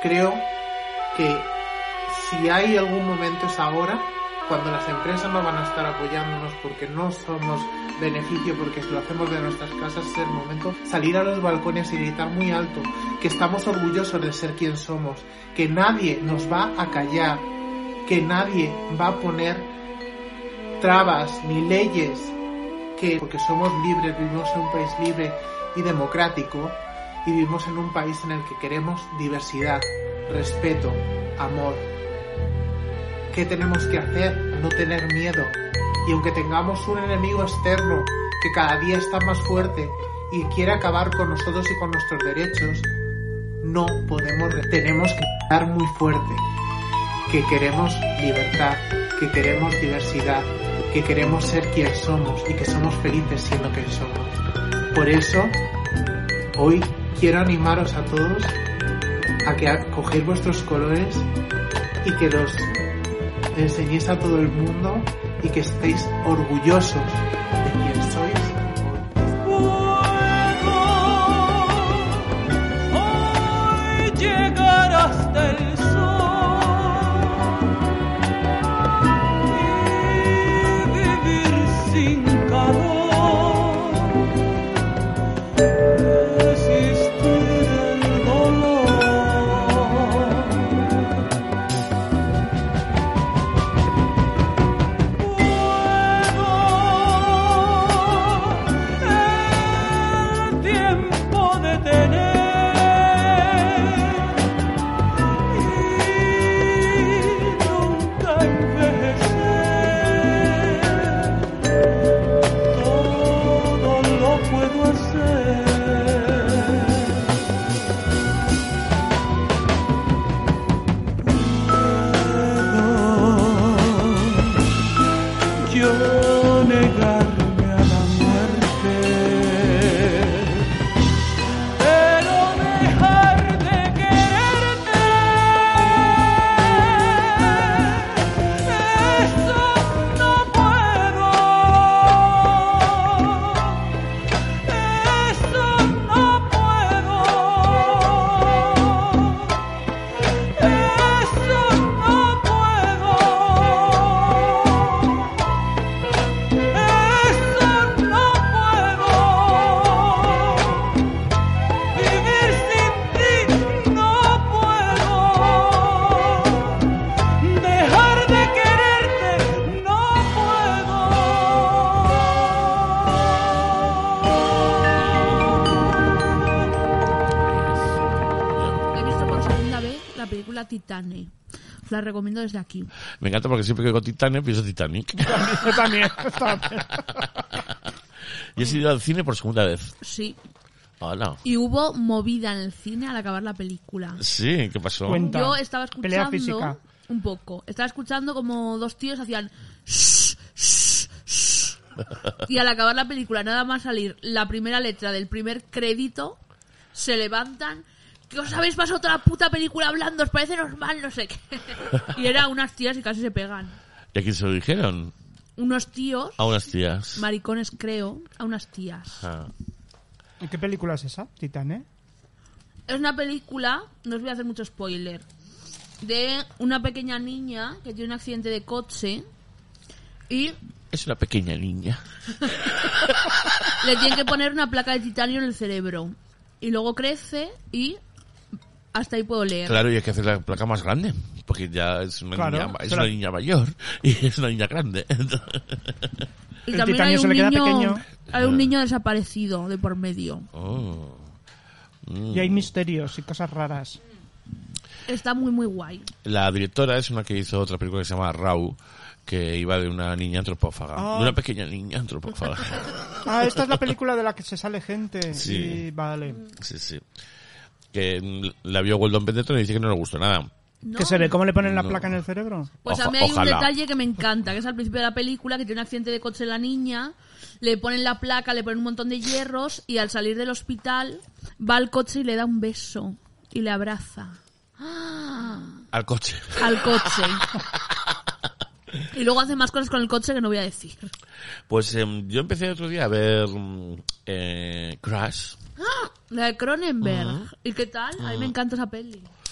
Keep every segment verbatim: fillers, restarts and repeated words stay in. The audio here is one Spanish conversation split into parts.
creo que si hay algún momento es ahora, cuando las empresas no van a estar apoyándonos porque no somos beneficio, porque lo hacemos de nuestras casas, es el momento salir a los balcones y gritar muy alto que estamos orgullosos de ser quien somos, que nadie nos va a callar, que nadie va a poner trabas ni leyes, que porque somos libres, vivimos en un país libre y democrático y vivimos en un país en el que queremos diversidad, respeto, amor. ¿Qué tenemos que hacer? No tener miedo. Y aunque tengamos un enemigo externo que cada día está más fuerte y quiere acabar con nosotros y con nuestros derechos, no podemos, tenemos que estar muy fuerte, que queremos libertad, que queremos diversidad, que queremos ser quien somos y que somos felices siendo quien somos. Por eso, hoy quiero animaros a todos a que cogéis vuestros colores y que los enseñéis a todo el mundo y que estéis orgullosos de quién sois. Hoy llegar hasta el sol y vivir sin calor, resistir el dolor. Titanic. Os la recomiendo desde aquí. Me encanta porque siempre que digo Titanic pienso Titanic. Yo también. ¿Y has ido al cine por segunda vez? Sí. Hola. Y hubo movida en el cine al acabar la película. Sí, ¿qué pasó? Cuenta. Yo estaba escuchando Pelea física. un poco. Estaba escuchando como dos tíos hacían shh, shh, shh. Y al acabar la película, nada más salir la primera letra del primer crédito, se levantan. ¿Qué os habéis pasado toda la puta película hablando? ¿Os parece normal? No sé qué. Y eran unas tías y casi se pegan. ¿Y a quién se lo dijeron? Unos tíos. A unas tías. Maricones, creo. A unas tías. Ah. ¿Y qué película es esa? Titanic. Es una película, no os voy a hacer mucho spoiler, de una pequeña niña que tiene un accidente de coche y... Es una pequeña niña. Le tienen que poner una placa de titanio en el cerebro. Y luego crece y... Hasta ahí puedo leer. Claro, y hay que hacer la placa más grande, porque ya es una, claro, niña, es una la... niña mayor y es una niña grande. Y el también hay un, se le niño, queda pequeño. hay un niño desaparecido de por medio. Oh. Mm. Y hay misterios y cosas raras. Está muy, muy guay. La directora es una que hizo otra película que se llama Raw, que iba de una niña antropófaga. Oh. De una pequeña niña antropófaga. Ah, esta es la película de la que se sale gente. Sí. Y vale. Sí, sí. Que la vio Weldon Benetton y dice que no le gustó nada. No. ¿Qué se ve? ¿Cómo le ponen la No. placa en el cerebro? Pues Oja- a mí hay ojalá. un detalle que me encanta, que es al principio de la película, que tiene un accidente de coche la niña, le ponen la placa, le ponen un montón de hierros y al salir del hospital va al coche y le da un beso y le abraza. ¡Ah! Al coche. Al coche. Y luego hace más cosas con el coche que no voy a decir. Pues eh, yo empecé el otro día a ver mm, eh, Crash. ¡Ah! La de Cronenberg. Uh-huh. ¿Y qué tal? A mí me encanta esa peli.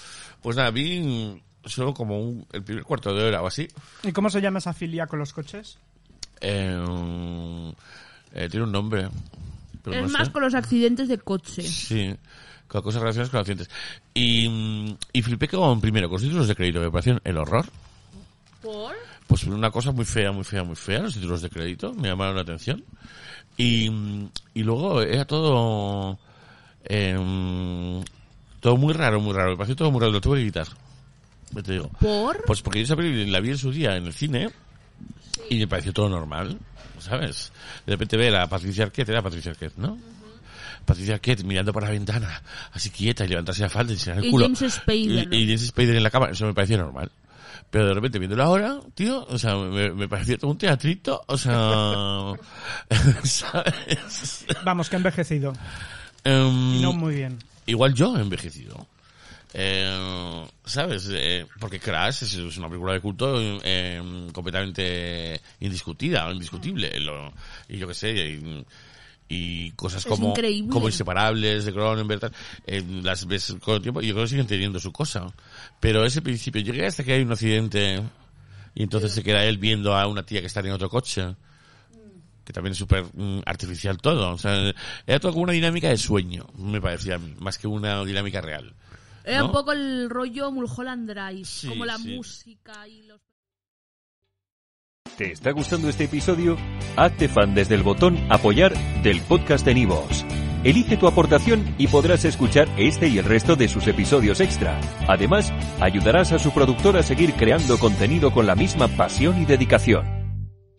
Pues nada, vi solo como un, el primer cuarto de hora o así. ¿Y cómo se llama esa filia con los coches? Eh, eh, tiene un nombre. Pero Es no más sé. con los accidentes de coche. Sí, con cosas relacionadas con accidentes. Y, y flipé con, primero, con los títulos de crédito, que me parecieron el horror. ¿Por? Pues una cosa muy fea, muy fea, muy fea, los títulos de crédito, me llamaron la atención. Y, y luego era todo... Eh, todo muy raro, muy raro. Me pareció todo muy raro, lo tuve que quitar. Ya te digo. ¿Por? Pues porque yo esa película la vi en su día en el cine y me pareció todo normal, ¿sabes? De repente ve a Patricia Arquette, era Patricia Arquette, ¿no? Patricia Arquette mirando por la ventana, así quieta, y levantarse la falda y enseñar el Y culo. James Spader, ¿no? Y, y James Spader en la cama, eso me parecía normal. Pero de repente viéndolo ahora, tío, o sea, me, me parecía todo un teatrito, o sea... ¿sabes? Vamos, que ha envejecido. Em, Y no muy bien. Igual yo he envejecido. Eh, ¿Sabes? Eh, porque Crash es, es una película de culto eh, completamente indiscutida, indiscutible. Lo, y yo qué sé, y, y cosas Es como, increíble. como Inseparables de Cronenberg, tal, eh, las ves con el tiempo y yo creo que siguen teniendo su cosa. Pero ese principio, llegué hasta que hay un accidente y entonces se queda él viendo a una tía que está en otro coche. Que también es súper mm, artificial todo. O sea, era todo como una dinámica de sueño, me parecía a mí, más que una dinámica real. Era ¿no? un poco el rollo Mulholland Drive, Sí, como la sí. música y los... ¿Te está gustando este episodio? Hazte fan desde el botón Apoyar del podcast de Nivos. Elige tu aportación y podrás escuchar este y el resto de sus episodios extra. Además, ayudarás a su productor a seguir creando contenido con la misma pasión y dedicación.